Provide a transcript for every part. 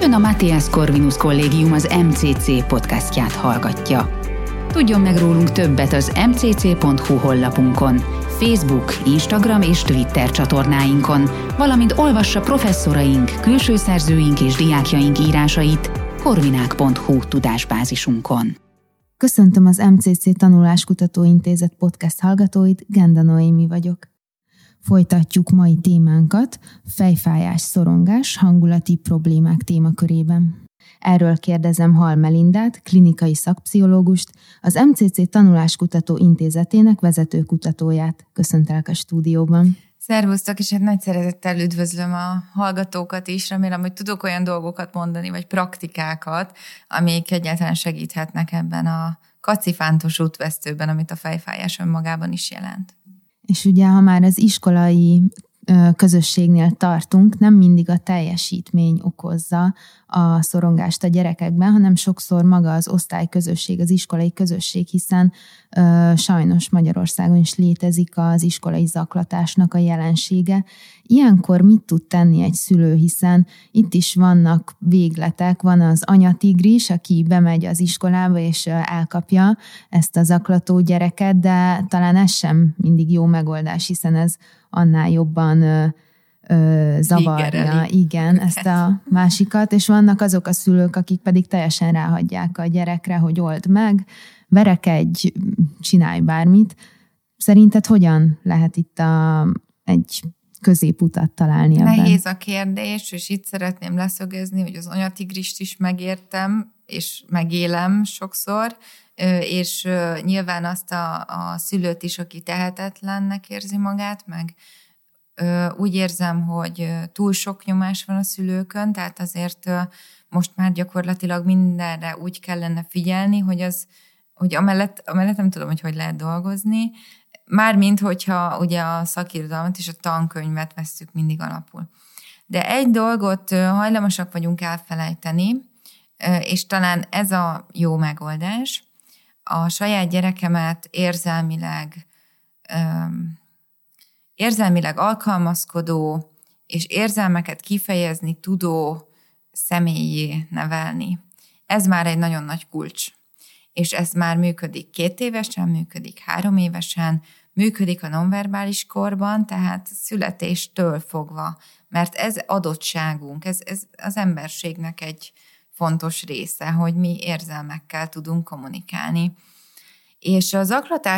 Ön a Matthias Corvinus Kollégium az MCC podcastját hallgatja. Tudjon meg rólunk többet az mcc.hu honlapunkon, Facebook, Instagram és Twitter csatornáinkon, valamint olvassa professzoraink, külső szerzőink és diákjaink írásait corvinák.hu tudásbázisunkon. Köszöntöm az MCC Tanuláskutató Intézet podcast hallgatóit, Genda Noémi vagyok. Folytatjuk mai témánkat, fejfájás, szorongás, hangulati problémák témakörében. Erről kérdezem Hall Melindát, klinikai szakpszichológust, az MCC Tanuláskutató Intézetének vezető kutatóját. Köszöntelek a stúdióban. Szervusztok, és nagy szeretettel üdvözlöm a hallgatókat is. Remélem, hogy tudok olyan dolgokat mondani, vagy praktikákat, amik egyáltalán segíthetnek ebben a kacifántos útvesztőben, amit a fejfájás önmagában is jelent. És ugye, ha már az iskolai közösségnél tartunk, nem mindig a teljesítmény okozza a szorongást a gyerekekben, hanem sokszor maga az osztályközösség, az iskolai közösség, hiszen sajnos Magyarországon is létezik az iskolai zaklatásnak a jelensége. Ilyenkor mit tud tenni egy szülő, hiszen itt is vannak végletek, van az anyatigris, aki bemegy az iskolába és elkapja ezt a zaklató gyereket, de talán ez sem mindig jó megoldás, hiszen ez annál jobban zavarja, igen, ezt a másikat, és vannak azok a szülők, akik pedig teljesen ráhagyják a gyerekre, hogy old meg, verekedj, csinálj bármit. Szerinted hogyan lehet itt egy középutat találni ebben? Nehéz a kérdés, és itt szeretném leszögezni, hogy az anyatigrist is megértem, és megélem sokszor, és nyilván azt a szülőt is, aki tehetetlennek érzi magát, meg úgy érzem, hogy túl sok nyomás van a szülőkön, tehát azért most már gyakorlatilag mindenre úgy kellene figyelni, hogy amellett nem tudom, hogy lehet dolgozni, mármint hogyha ugye a szakirodalmat és a tankönyvet vesszük mindig alapul. De egy dolgot hajlamosak vagyunk elfelejteni, és talán ez a jó megoldás, a saját gyerekemet érzelmileg alkalmazkodó és érzelmeket kifejezni tudó személlyé nevelni. Ez már egy nagyon nagy kulcs. És ez már működik 2 évesen, működik 3 évesen, működik a nonverbális korban, tehát születéstől fogva, mert ez adottságunk, ez az emberségnek egy fontos része, hogy mi érzelmekkel tudunk kommunikálni. És a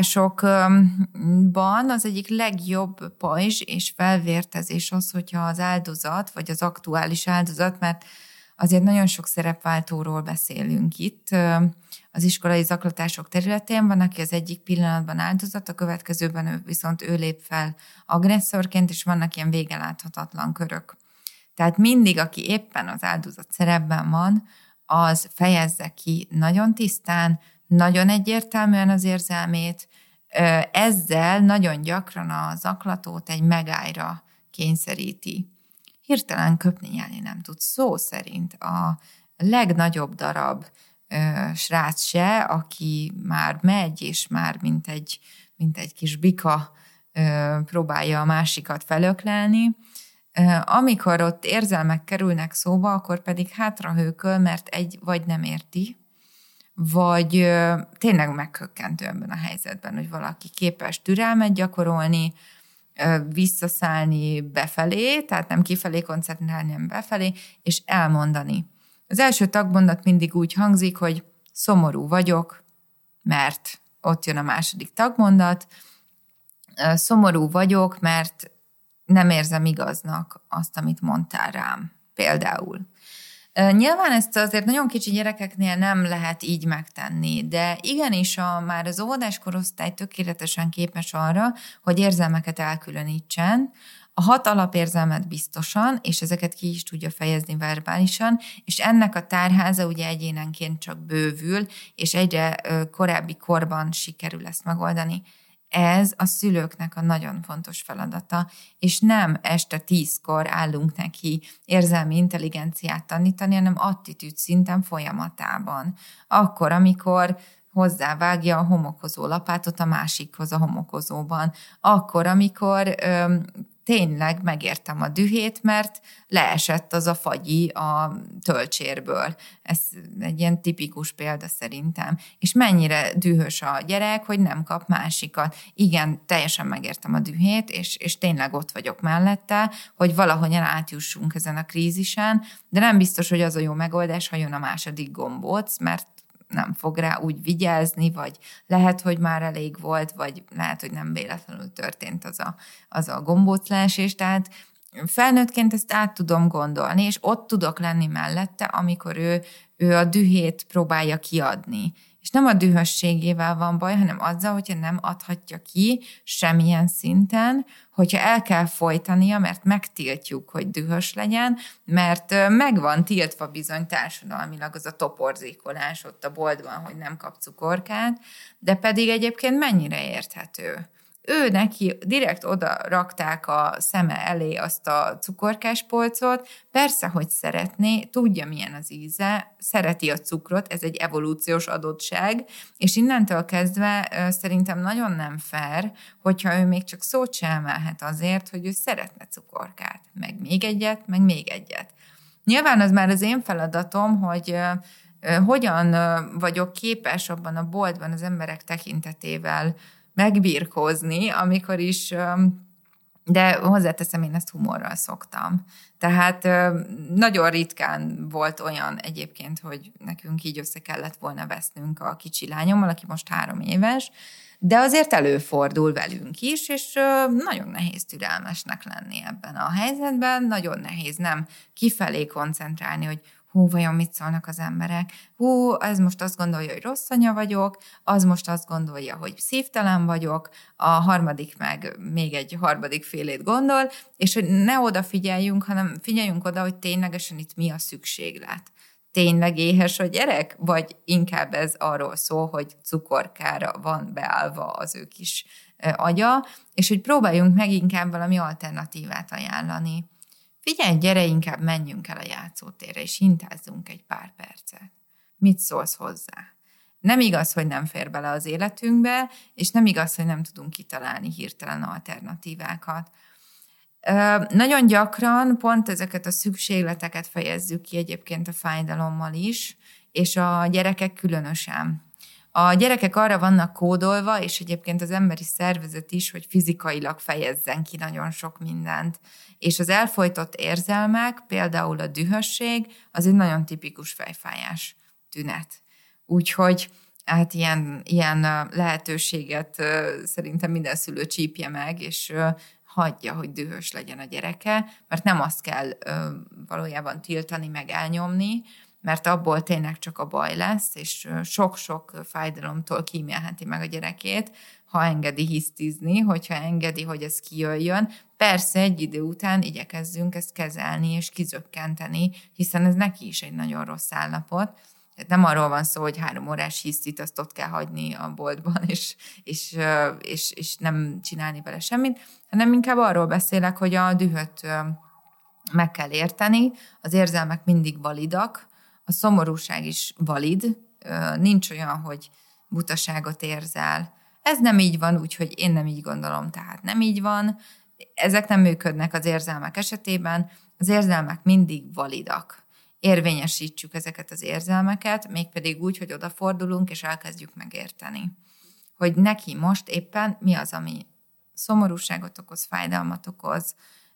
zaklatásokban az egyik legjobb pajzs és felvértezés az, hogyha az áldozat, vagy az aktuális áldozat, mert azért nagyon sok szerepváltóról beszélünk itt, az iskolai zaklatások területén van, aki az egyik pillanatban áldozat, a következőben viszont ő lép fel agresszorként, és vannak ilyen vége láthatatlan körök. Tehát mindig, aki éppen az áldozat szerepben van, az fejezze ki nagyon tisztán, nagyon egyértelműen az érzelmét, ezzel nagyon gyakran a zaklatót egy megállra kényszeríti. Hirtelen köpni nyelni nem tud. Szó szerint a legnagyobb darab srác se, aki már megy, és már mint egy kis bika próbálja a másikat felöklelni. Amikor ott érzelmek kerülnek szóba, akkor pedig hátrahőköl, mert vagy nem érti, vagy tényleg meghökkentő ebben a helyzetben, hogy valaki képes türelmet gyakorolni, visszaszállni befelé, tehát nem kifelé koncentrálni, hanem befelé, és elmondani. Az első tagmondat mindig úgy hangzik, hogy szomorú vagyok, mert ott jön a második tagmondat, szomorú vagyok, mert nem érzem igaznak azt, amit mondtál rám, például. Nyilván ezt azért nagyon kicsi gyerekeknél nem lehet így megtenni, de igenis már az óvodás korosztály tökéletesen képes arra, hogy érzelmeket elkülönítsen, a 6 alapérzelmet biztosan, és ezeket ki is tudja fejezni verbálisan, és ennek a tárháza ugye egyénenként csak bővül, és egyre korábbi korban sikerül ezt megoldani. Ez a szülőknek a nagyon fontos feladata, és nem este 10-kor állunk neki érzelmi intelligenciát tanítani, hanem attitűd szinten folyamatában. Akkor, amikor hozzávágja a homokozó lapátot a másikhoz a homokozóban. Akkor, amikor tényleg megértem a dühét, mert leesett az a fagyi a tölcsérből. Ez egy ilyen tipikus példa szerintem. És mennyire dühös a gyerek, hogy nem kap másikat. Igen, teljesen megértem a dühét, és tényleg ott vagyok mellette, hogy valahogyan átjussunk ezen a krízisen, de nem biztos, hogy az a jó megoldás, ha jön a második gombóc, mert nem fog rá úgy vigyázni, vagy lehet, hogy már elég volt, vagy lehet, hogy nem véletlenül történt az a gombóclás, és tehát felnőttként ezt át tudom gondolni, és ott tudok lenni mellette, amikor ő a dühét próbálja kiadni. És nem a dühösségével van baj, hanem azzal, hogyha nem adhatja ki semmilyen szinten, hogyha el kell folytania, mert megtiltjuk, hogy dühös legyen, mert meg van tiltva bizony társadalmilag az a toporzékolás ott a boltban, hogy nem kap cukorkát, de pedig egyébként mennyire érthető. Ő neki direkt oda rakták a szeme elé azt a cukorkáspolcot, persze, hogy szeretné, tudja, milyen az íze, szereti a cukrot, ez egy evolúciós adottság, és innentől kezdve szerintem nagyon nem fair, hogyha ő még csak szót sem emelhet azért, hogy ő szeretne cukorkát, meg még egyet, meg még egyet. Nyilván az már az én feladatom, hogy hogyan vagyok képes abban a boltban az emberek tekintetével megbirkózni, amikor is, de hozzáteszem, én ezt humorral szoktam. Tehát nagyon ritkán volt olyan egyébként, hogy nekünk így össze kellett volna vesznünk a kicsi lányommal, aki most 3 éves, de azért előfordul velünk is, és nagyon nehéz türelmesnek lenni ebben a helyzetben, nagyon nehéz nem kifelé koncentrálni, hogy vajon mit szólnak az emberek? Ez most azt gondolja, hogy rossz anya vagyok, az most azt gondolja, hogy szívtelen vagyok, a harmadik meg még egy harmadik félét gondol, és hogy ne odafigyeljünk, hanem figyeljünk oda, hogy ténylegesen itt mi a szükséglet. Tényleg éhes a gyerek? Vagy inkább ez arról szól, hogy cukorkára van beállva az ő kis agya, és hogy próbáljunk meg inkább valami alternatívát ajánlani. Figyelj, gyere, inkább menjünk el a játszótérre, és hintázzunk egy pár percet. Mit szólsz hozzá? Nem igaz, hogy nem fér bele az életünkbe, és nem igaz, hogy nem tudunk kitalálni hirtelen alternatívákat. Nagyon gyakran pont ezeket a szükségleteket fejezzük ki egyébként a fájdalommal is, és a gyerekek különösen. A gyerekek arra vannak kódolva, és egyébként az emberi szervezet is, hogy fizikailag fejezzen ki nagyon sok mindent. És az elfojtott érzelmek, például a dühösség, az egy nagyon tipikus fejfájás tünet. Úgyhogy hát ilyen lehetőséget szerintem minden szülő csípje meg, és hagyja, hogy dühös legyen a gyereke, mert nem azt kell valójában tiltani, meg elnyomni, mert abból tényleg csak a baj lesz, és sok-sok fájdalomtól kímélheti meg a gyerekét, ha engedi hisztizni, hogyha engedi, hogy ez kijöjjön. Persze egy idő után igyekezzünk ezt kezelni és kizökkenteni, hiszen ez neki is egy nagyon rossz állapot. Tehát nem arról van szó, hogy 3 órás hisztit azt ott kell hagyni a boltban, és nem csinálni vele semmit, hanem inkább arról beszélek, hogy a dühöt meg kell érteni, az érzelmek mindig validak, a szomorúság is valid, nincs olyan, hogy butaságot érzel. Ez nem így van, úgyhogy én nem így gondolom, tehát nem így van. Ezek nem működnek az érzelmek esetében, az érzelmek mindig validak. Érvényesítsük ezeket az érzelmeket, mégpedig úgy, hogy odafordulunk, és elkezdjük megérteni, hogy neki most éppen mi az, ami szomorúságot okoz, fájdalmat okoz.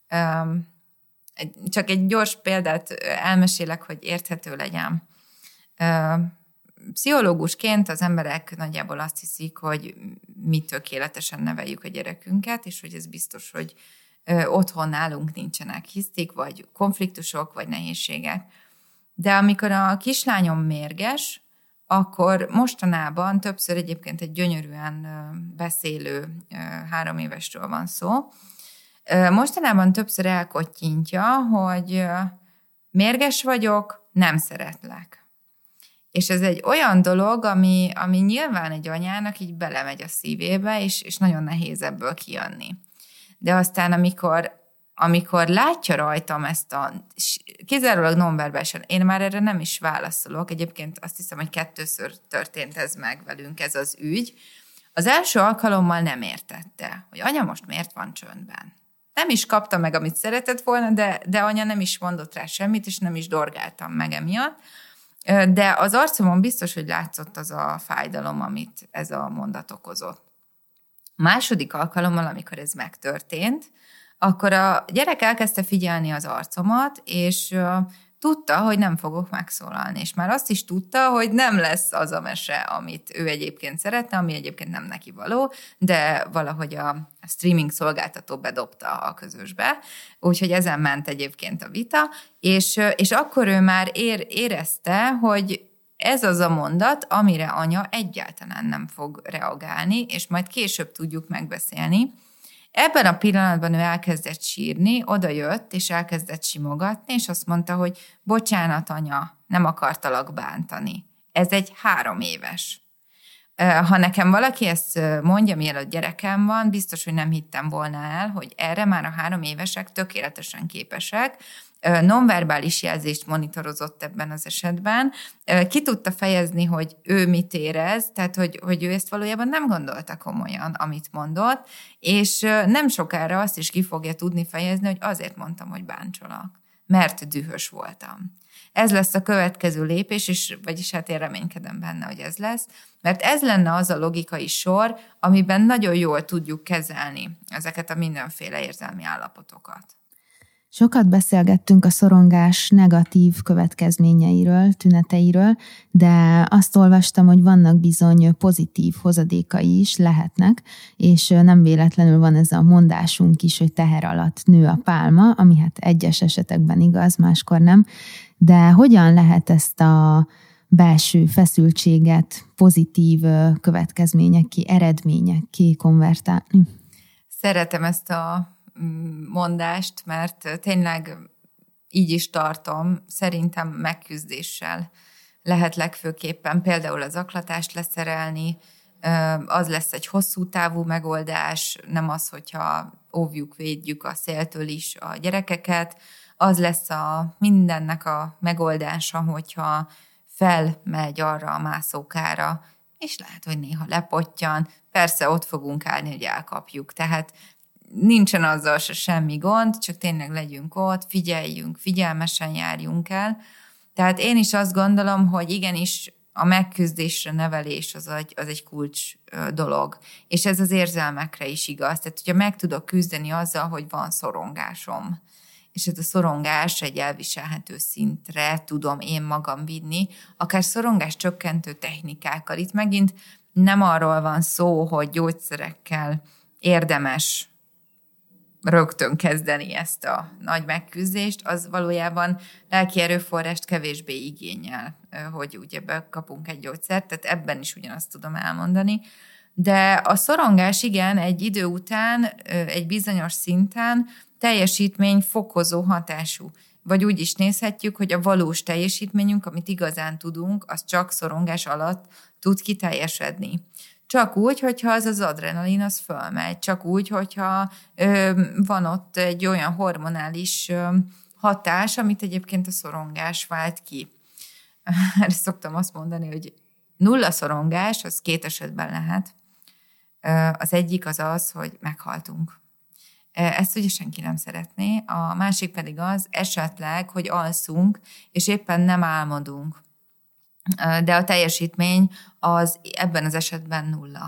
Csak egy gyors példát elmesélek, hogy érthető legyen. Pszichológusként az emberek nagyjából azt hiszik, hogy mi tökéletesen neveljük a gyerekünket, és hogy ez biztos, hogy otthon nálunk nincsenek hisztik, vagy konfliktusok, vagy nehézségek. De amikor a kislányom mérges, akkor mostanában többször egyébként egy gyönyörűen beszélő 3 évesről van szó, mostanában többször elkottyintja, hogy mérges vagyok, nem szeretlek. És ez egy olyan dolog, ami nyilván egy anyának így belemegy a szívébe, és nagyon nehéz ebből kijönni. De aztán, amikor látja rajtam ezt kizárólag nonverbálisan, én már erre nem is válaszolok, egyébként azt hiszem, hogy 2-ször történt ez meg velünk, ez az ügy. Az első alkalommal nem értette, hogy anya most miért van csöndben. nem is kapta meg, amit szeretett volna, de anya nem is mondott rá semmit, és nem is dorgáltam meg emiatt. De az arcomon biztos, hogy látszott az a fájdalom, amit ez a mondat okozott. Második alkalommal, amikor ez megtörtént, akkor a gyerek elkezdte figyelni az arcomat, és tudta, hogy nem fogok megszólalni, és már azt is tudta, hogy nem lesz az a mese, amit ő egyébként szeretne, ami egyébként nem neki való, de valahogy a streaming szolgáltató bedobta a közösbe, úgyhogy ezen ment egyébként a vita, és akkor ő már érezte, hogy ez az a mondat, amire anya egyáltalán nem fog reagálni, és majd később tudjuk megbeszélni. Ebben a pillanatban ő elkezdett sírni, odajött, és elkezdett simogatni, és azt mondta, hogy bocsánat, anya, nem akartalak bántani. Ez egy 3 éves. Ha nekem valaki ezt mondja, mielőtt gyerekem van, biztos, hogy nem hittem volna el, hogy erre már a 3 évesek tökéletesen képesek. Nonverbális jelzést monitorozott ebben az esetben. Ki tudta fejezni, hogy ő mit érez, tehát hogy ő ezt valójában nem gondolta komolyan, amit mondott, és nem sokára azt is ki fogja tudni fejezni, hogy azért mondtam, hogy bántsolak, mert dühös voltam. Ez lesz a következő lépés, vagyis hát én reménykedem benne, hogy ez lesz, mert ez lenne az a logikai sor, amiben nagyon jól tudjuk kezelni ezeket a mindenféle érzelmi állapotokat. Sokat beszélgettünk a szorongás negatív következményeiről, tüneteiről, de azt olvastam, hogy vannak bizony pozitív hozadékai is lehetnek, és nem véletlenül van ez a mondásunk is, hogy teher alatt nő a pálma, ami hát egyes esetekben igaz, máskor nem, de hogyan lehet ezt a belső feszültséget pozitív következményekké, eredményekké konvertálni? Szeretem ezt a mondást, mert tényleg így is tartom, szerintem megküzdéssel lehet legfőképpen például az zaklatást leszerelni, az lesz egy hosszú távú megoldás, nem az, hogyha óvjuk, védjük a széltől is a gyerekeket, az lesz mindennek a megoldása, hogyha felmegy arra a mászókára, és lehet, hogy néha lepottyan, persze ott fogunk állni, hogy elkapjuk, tehát nincsen azzal se semmi gond, csak tényleg legyünk ott, figyeljünk, figyelmesen járjunk el. Tehát én is azt gondolom, hogy igenis a megküzdésre nevelés az egy kulcs dolog. És ez az érzelmekre is igaz. Tehát, hogyha meg tudok küzdeni azzal, hogy van szorongásom, és ez a szorongás egy elviselhető szintre tudom én magam vinni, akár szorongás csökkentő technikákkal. Itt megint nem arról van szó, hogy gyógyszerekkel érdemes rögtön kezdeni ezt a nagy megküzdést, az valójában lelki erőforrást kevésbé igényel, hogy ugye kapunk egy gyógyszert, tehát ebben is ugyanazt tudom elmondani. De a szorongás igen, egy idő után, egy bizonyos szinten teljesítményfokozó hatású. Vagy úgy is nézhetjük, hogy a valós teljesítményünk, amit igazán tudunk, az csak szorongás alatt tud kiteljesedni. Csak úgy, hogyha az adrenalin az fölmegy, csak úgy, hogyha van ott egy olyan hormonális hatás, amit egyébként a szorongás vált ki. Erre szoktam azt mondani, hogy 0 szorongás, az 2 esetben lehet. Az egyik az, hogy meghaltunk. Ezt ugye senki nem szeretné. A másik pedig az esetleg, hogy alszunk, és éppen nem álmodunk. De a teljesítmény az ebben az esetben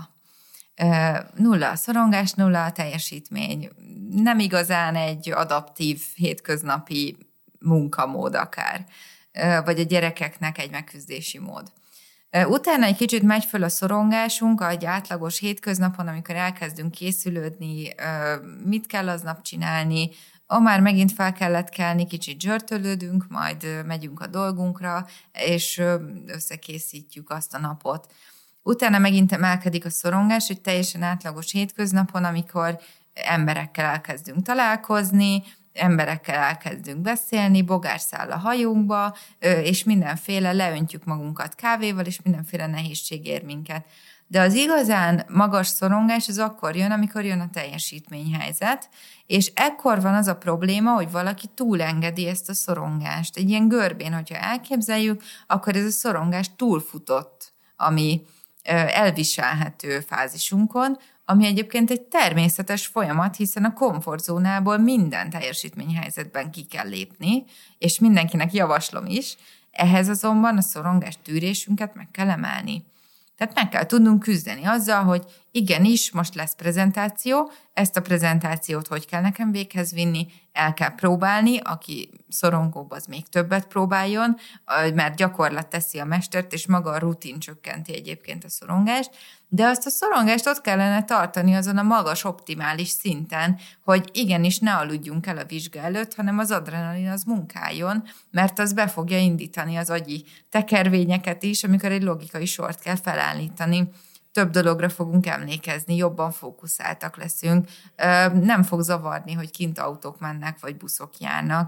0. 0 a szorongás, 0 a teljesítmény. Nem igazán egy adaptív, hétköznapi munkamód akár, vagy a gyerekeknek egy megküzdési mód. Utána egy kicsit megy föl a szorongásunk, egy átlagos hétköznapon, amikor elkezdünk készülődni, mit kell aznap csinálni, már megint fel kellett kelni, kicsit zsörtölődünk, majd megyünk a dolgunkra, és összekészítjük azt a napot. Utána megint emelkedik a szorongás, egy teljesen átlagos hétköznapon, amikor emberekkel elkezdünk találkozni, emberekkel elkezdünk beszélni, bogár száll a hajunkba, és mindenféle leöntjük magunkat kávéval, és mindenféle nehézség ér minket. De az igazán magas szorongás az akkor jön, amikor jön a teljesítményhelyzet, és ekkor van az a probléma, hogy valaki túlengedi ezt a szorongást. Egy ilyen görbén, hogyha elképzeljük, akkor ez a szorongás túlfutott, ami elviselhető fázisunkon, ami egyébként egy természetes folyamat, hiszen a komfortzónából minden teljesítményhelyzetben ki kell lépni, és mindenkinek javaslom is, ehhez azonban a szorongás tűrésünket meg kell emelni. Tehát meg kell tudnunk küzdeni azzal, hogy igenis, most lesz prezentáció, ezt a prezentációt hogy kell nekem véghez vinni, el kell próbálni, aki szorongóbb, az még többet próbáljon, mert gyakorlat teszi a mestert, és maga a rutin csökkenti egyébként a szorongást, de azt a szorongást ott kellene tartani azon a magas, optimális szinten, hogy igenis ne aludjunk el a vizsga előtt, hanem az adrenalin az munkáljon, mert az be fogja indítani az agyi tekervényeket is, amikor egy logikai sort kell felállítani. Több dologra fogunk emlékezni, jobban fókuszáltak leszünk, nem fog zavarni, hogy kint autók mennek, vagy buszok járnak.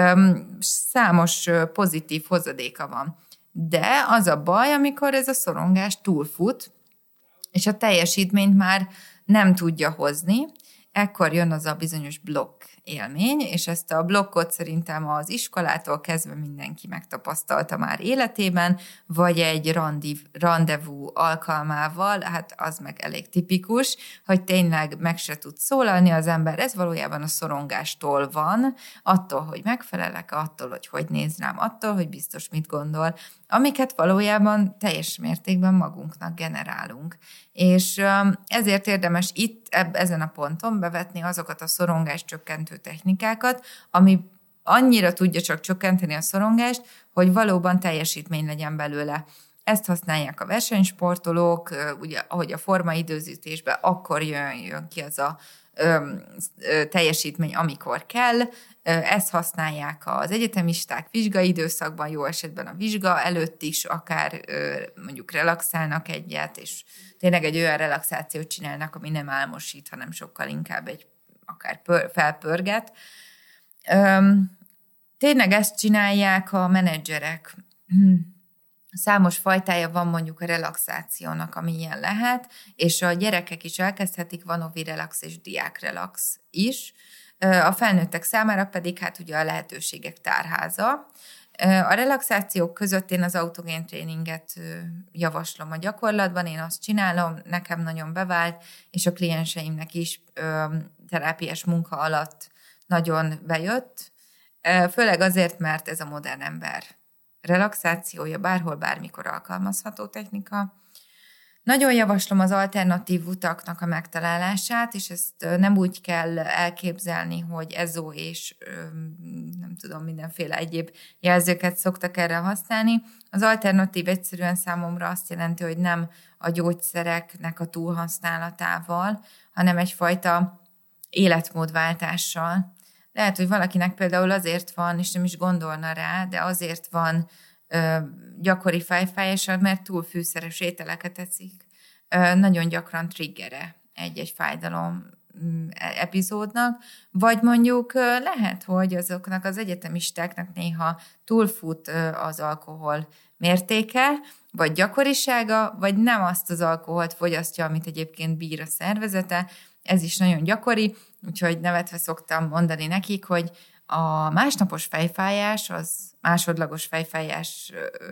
Számos pozitív hozadéka van. De az a baj, amikor ez a szorongás túlfut, és a teljesítményt már nem tudja hozni, ekkor jön az a bizonyos blokk élmény, és ezt a blokkot szerintem az iskolától kezdve mindenki megtapasztalta már életében, vagy egy randevú alkalmával, hát az meg elég tipikus, hogy tényleg meg se tud szólalni az ember, ez valójában a szorongástól van, attól, hogy megfelelek, attól, hogy néz rám, attól, hogy biztos mit gondol, amiket valójában teljes mértékben magunknak generálunk. És ezért érdemes itt ezen a ponton bevetni azokat a szorongás csökkentő technikákat, ami annyira tudja csak csökkenteni a szorongást, hogy valóban teljesítmény legyen belőle. Ezt használják a versenysportolók, ugye, ahogy a formaidőzítésben akkor jön ki az a teljesítmény, amikor kell. Ezt használják az egyetemisták vizsgai időszakban, jó esetben a vizsga előtt is, akár mondjuk relaxálnak egyet, és tényleg egy olyan relaxációt csinálnak, ami nem álmosít, hanem sokkal inkább akár felpörget. Tényleg ezt csinálják a menedzserek. Számos fajtája van mondjuk a relaxációnak, ami ilyen lehet, és a gyerekek is elkezdhetik, van ovi relax és diák relax is. A felnőttek számára pedig hát ugye a lehetőségek tárháza. A relaxációk között én az autogén tréninget javaslom a gyakorlatban, én azt csinálom, nekem nagyon bevált, és a klienseimnek is terápiás munka alatt nagyon bejött, főleg azért, mert ez a modern ember relaxációja bárhol, bármikor alkalmazható technika. Nagyon javaslom az alternatív utaknak a megtalálását, és ezt nem úgy kell elképzelni, hogy EZO és nem tudom, mindenféle egyéb jelzőket szoktak erre használni. Az alternatív egyszerűen számomra azt jelenti, hogy nem a gyógyszereknek a túlhasználatával, hanem egyfajta életmódváltással. Lehet, hogy valakinek például azért van, és nem is gondolna rá, de azért van gyakori fejfájása, mert túl fűszeres ételeket eszik. Nagyon gyakran triggere egy-egy fájdalom epizódnak, vagy mondjuk lehet, hogy azoknak az egyetemistáknak néha túlfut az alkohol mértéke, vagy gyakorisága, vagy nem azt az alkoholt fogyasztja, amit egyébként bír a szervezete. Ez is nagyon gyakori, úgyhogy nevetve szoktam mondani nekik, hogy a másnapos fejfájás, az másodlagos fejfájás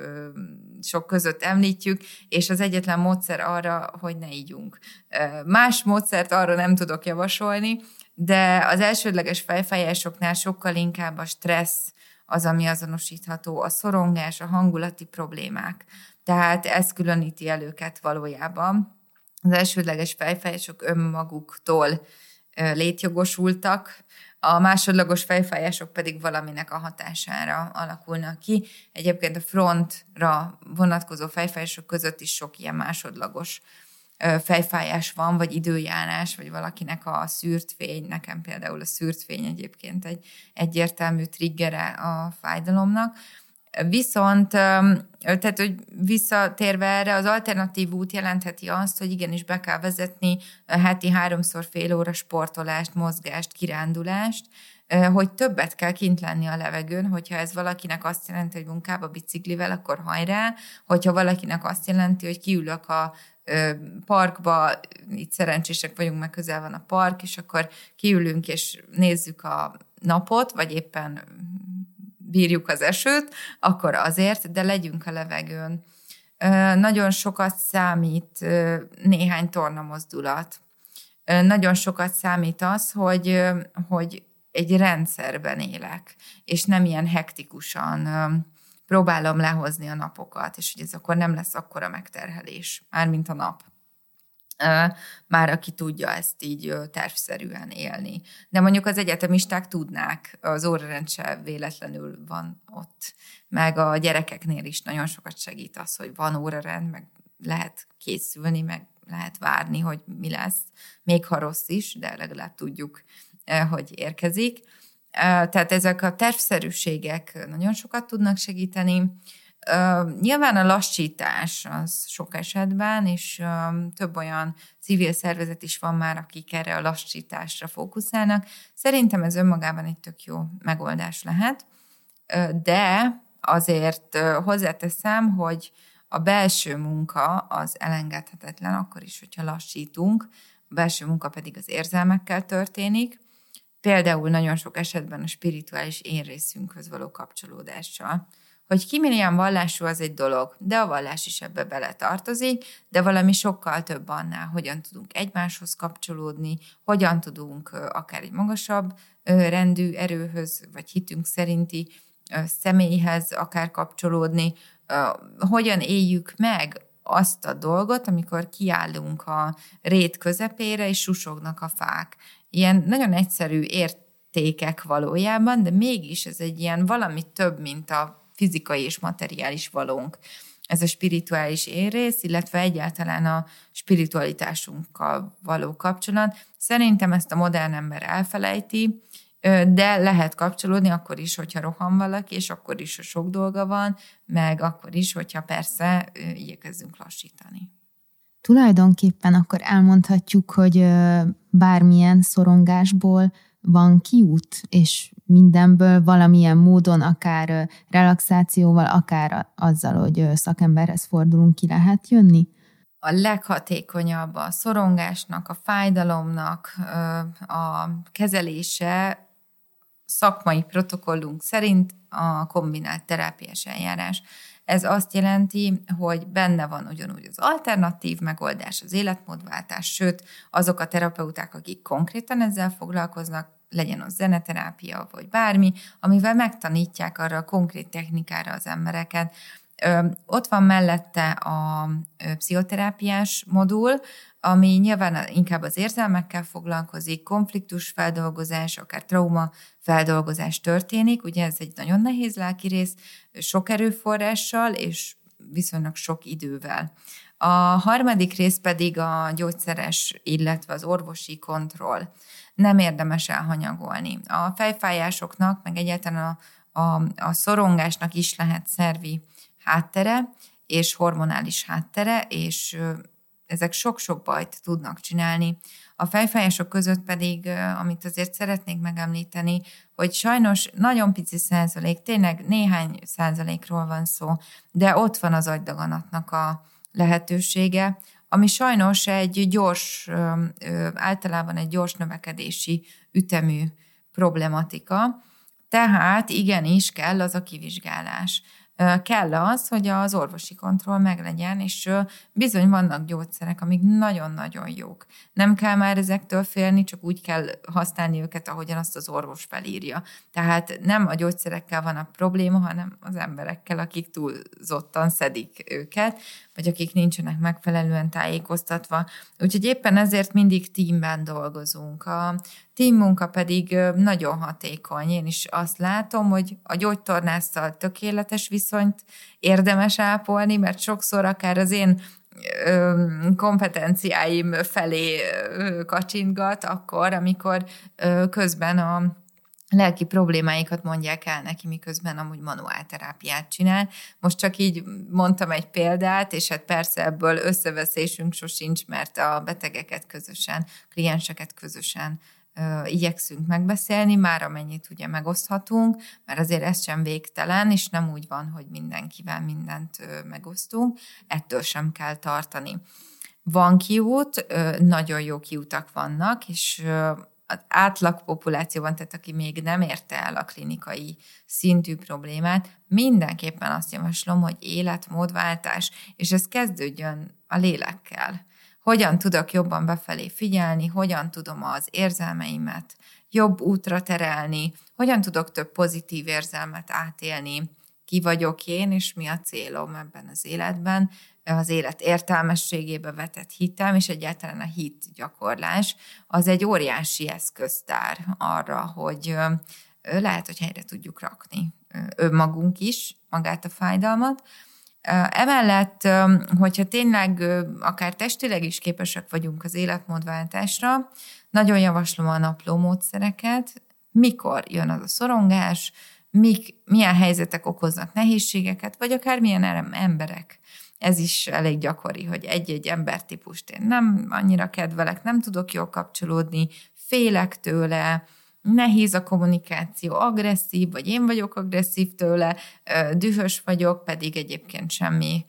sok között említjük, és az egyetlen módszer arra, hogy ne ígyunk. Más módszert arra nem tudok javasolni, de az elsődleges fejfájásoknál sokkal inkább a stressz az, ami azonosítható, a szorongás, a hangulati problémák. Tehát ez különíti el őket valójában. Az elsődleges fejfájások önmaguktól létjogosultak, a másodlagos fejfájások pedig valaminek a hatására alakulnak ki. Egyébként a frontra vonatkozó fejfájások között is sok ilyen másodlagos fejfájás van, vagy időjárás, vagy valakinek a szűrt fény, nekem például a szűrt fény egyébként egy egyértelmű triggere a fájdalomnak. Viszont, tehát, hogy visszatérve erre, az alternatív út jelentheti azt, hogy igenis be kell vezetni heti 3-szor fél óra sportolást, mozgást, kirándulást, hogy többet kell kint lenni a levegőn, hogyha ez valakinek azt jelenti, hogy munkába biciklivel, akkor hajrá, hogyha valakinek azt jelenti, hogy kiülök a parkba, itt szerencsések vagyunk, mert közel van a park, és akkor kiülünk és nézzük a napot, vagy éppen bírjuk az esőt, akkor azért, de legyünk a levegőn. Nagyon sokat számít néhány tornamozdulat. nagyon sokat számít az, hogy egy rendszerben élek, és nem ilyen hektikusan próbálom lehozni a napokat, és hogy ez akkor nem lesz akkora megterhelés, mármint a nap. Már aki tudja ezt így tervszerűen élni. De mondjuk az egyetemisták tudnák, az órarend se véletlenül van ott, meg a gyerekeknél is nagyon sokat segít az, hogy van órarend, meg lehet készülni, meg lehet várni, hogy mi lesz, még ha rossz is, de legalább tudjuk, hogy érkezik. Tehát ezek a tervszerűségek nagyon sokat tudnak segíteni. Nyilván a lassítás az sok esetben, és több olyan civil szervezet is van már, akik erre a lassításra fókuszálnak. Szerintem ez önmagában egy tök jó megoldás lehet, de azért hozzáteszem, hogy a belső munka az elengedhetetlen, akkor is, hogyha lassítunk, a belső munka pedig az érzelmekkel történik, például nagyon sok esetben a spirituális én részünkhöz való kapcsolódással. Hogy ki milyen vallású, az egy dolog, de a vallás is ebbe beletartozik, de valami sokkal több annál, hogyan tudunk egymáshoz kapcsolódni, hogyan tudunk akár egy magasabb rendű erőhöz, vagy hitünk szerinti személyhez akár kapcsolódni, hogyan éljük meg azt a dolgot, amikor kiállunk a rét közepére, és susognak a fák. Ilyen nagyon egyszerű értékek valójában, de mégis ez egy ilyen valami több, mint a fizikai és materiális valónk. Ez a spirituális énrész, illetve egyáltalán a spiritualitásunkkal való kapcsolat. Szerintem ezt a modern ember elfelejti, de lehet kapcsolódni akkor is, hogyha rohan valaki, és akkor is, ha sok dolga van, meg akkor is, hogyha persze igyekezzünk lassítani. Tulajdonképpen akkor elmondhatjuk, hogy bármilyen szorongásból van kiút, és mindenből valamilyen módon, akár relaxációval, akár azzal, hogy szakemberhez fordulunk, ki lehet jönni? A leghatékonyabb a szorongásnak, a fájdalomnak a kezelése szakmai protokollunk szerint a kombinált terápiás eljárás. Ez azt jelenti, hogy benne van ugyanúgy az alternatív megoldás, az életmódváltás, sőt, azok a terapeuták, akik konkrétan ezzel foglalkoznak, legyen az zeneterápia, vagy bármi, amivel megtanítják arra a konkrét technikára az embereket. Ott van mellette a pszichoterápiás modul, ami nyilván inkább az érzelmekkel foglalkozik, konfliktusfeldolgozás, akár traumafeldolgozás történik. Ugye ez egy nagyon nehéz lelki rész, sok erőforrással és viszonylag sok idővel. A harmadik rész pedig a gyógyszeres, illetve az orvosi kontroll. Nem érdemes elhanyagolni. A fejfájásoknak, meg egyáltalán a szorongásnak is lehet szervi háttere, és hormonális háttere, és ezek sok-sok bajt tudnak csinálni. A fejfájások között pedig, amit azért szeretnék megemlíteni, hogy sajnos nagyon pici százalék, tényleg néhány százalékról van szó, de ott van az agydaganatnak a lehetősége, ami sajnos egy gyors, általában egy gyors növekedési ütemű problematika, tehát igenis kell az a kivizsgálás. Kell az, hogy az orvosi kontroll meglegyen, és bizony vannak gyógyszerek, amik nagyon-nagyon jók. Nem kell már ezektől félni, csak úgy kell használni őket, ahogyan azt az orvos felírja. Tehát nem a gyógyszerekkel van a probléma, hanem az emberekkel, akik túlzottan szedik őket, vagy akik nincsenek megfelelően tájékoztatva. Úgyhogy éppen ezért mindig teamben dolgozunk. A teammunka pedig nagyon hatékony. Én is azt látom, hogy a gyógytornásszal tökéletes viszonyt érdemes ápolni, mert sokszor akár az én kompetenciáim felé kacsintgat akkor, amikor közben a lelki problémáikat mondják el neki, miközben amúgy manuálterápiát csinál. Most csak így mondtam egy példát, és hát persze ebből összeveszésünk sosincs, mert a betegeket közösen, klienseket közösen igyekszünk megbeszélni, már amennyit ugye megoszthatunk, mert azért ez sem végtelen, és nem úgy van, hogy mindenkivel mindent megosztunk, ettől sem kell tartani. Van kiút, nagyon jó kiútak vannak, és az átlag populációban, tehát aki még nem érte el a klinikai szintű problémát, mindenképpen azt javaslom, hogy életmódváltás, és ez kezdődjön a lélekkel. hogyan tudok jobban befelé figyelni, hogyan tudom az érzelmeimet jobb útra terelni, hogyan tudok több pozitív érzelmet átélni, ki vagyok én, és mi a célom ebben az életben, az élet értelmességébe vetett hitem, és egyáltalán a hit gyakorlás, az egy óriási eszköztár arra, hogy lehet, hogy helyre tudjuk rakni önmagunk is, magát a fájdalmat. Emellett, hogyha tényleg akár testileg is képesek vagyunk az életmódváltásra, nagyon javaslom a napló módszereket, mikor jön az a szorongás, milyen helyzetek okoznak nehézségeket, vagy akár milyen emberek. Ez is elég gyakori, hogy egy-egy embertípust én nem annyira kedvelek, nem tudok jól kapcsolódni, félek tőle, nehéz a kommunikáció, agresszív, vagy én vagyok agresszív tőle, dühös vagyok, pedig egyébként semmi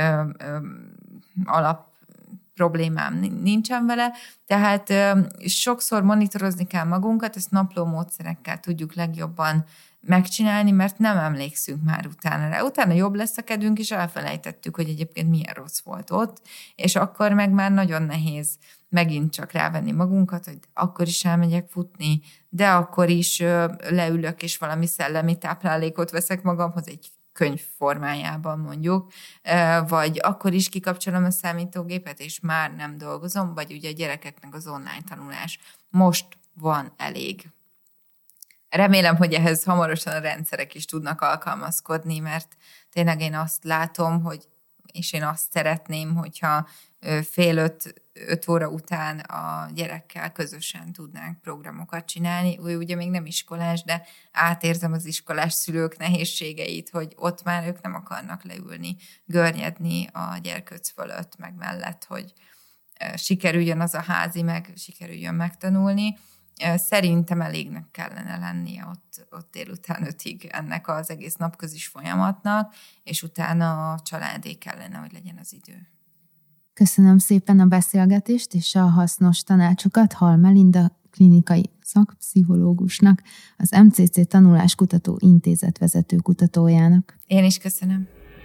alap problémám nincsen vele. Tehát sokszor monitorozni kell magunkat, ezt napló módszerekkel tudjuk legjobban megcsinálni, mert nem emlékszünk már utána rá. Utána jobb lesz a kedvünk, és elfelejtettük, hogy egyébként milyen rossz volt ott, és akkor meg már nagyon nehéz megint csak rávenni magunkat, hogy akkor is elmegyek futni, de akkor is leülök, és valami szellemi táplálékot veszek magamhoz, egy könyv formájában mondjuk, vagy akkor is kikapcsolom a számítógépet, és már nem dolgozom, vagy ugye a gyerekeknek az online tanulás. Most van elég. Remélem, hogy ehhez hamarosan a rendszerek is tudnak alkalmazkodni, mert tényleg én azt látom, és én azt szeretném, hogyha 4:30-5 óra után a gyerekkel közösen tudnánk programokat csinálni. Ő ugye még nem iskolás, de átérzem az iskolás szülők nehézségeit, hogy ott már ők nem akarnak leülni, görnyedni a gyerkőc fölött, meg mellett, hogy sikerüljön az a házi, meg sikerüljön megtanulni. Szerintem elégnek kellene lennie ott délután 5-ig ennek az egész napközis folyamatnak, és utána a családé kellene, hogy legyen az idő. Köszönöm szépen a beszélgetést és a hasznos tanácsokat Hall Melinda klinikai szakpszichológusnak, az MCC Tanuláskutató Intézet vezető kutatójának. Én is köszönöm.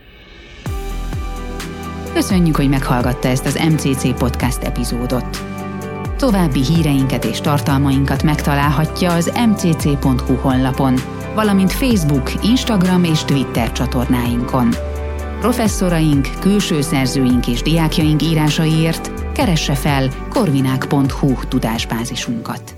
Köszönjük, hogy meghallgatta ezt az MCC podcast epizódot. További híreinket és tartalmainkat megtalálhatja az mcc.hu honlapon, valamint Facebook, Instagram és Twitter csatornáinkon. Professzoraink, külső szerzőink és diákjaink írásaiért keresse fel corvinák.hu tudásbázisunkat.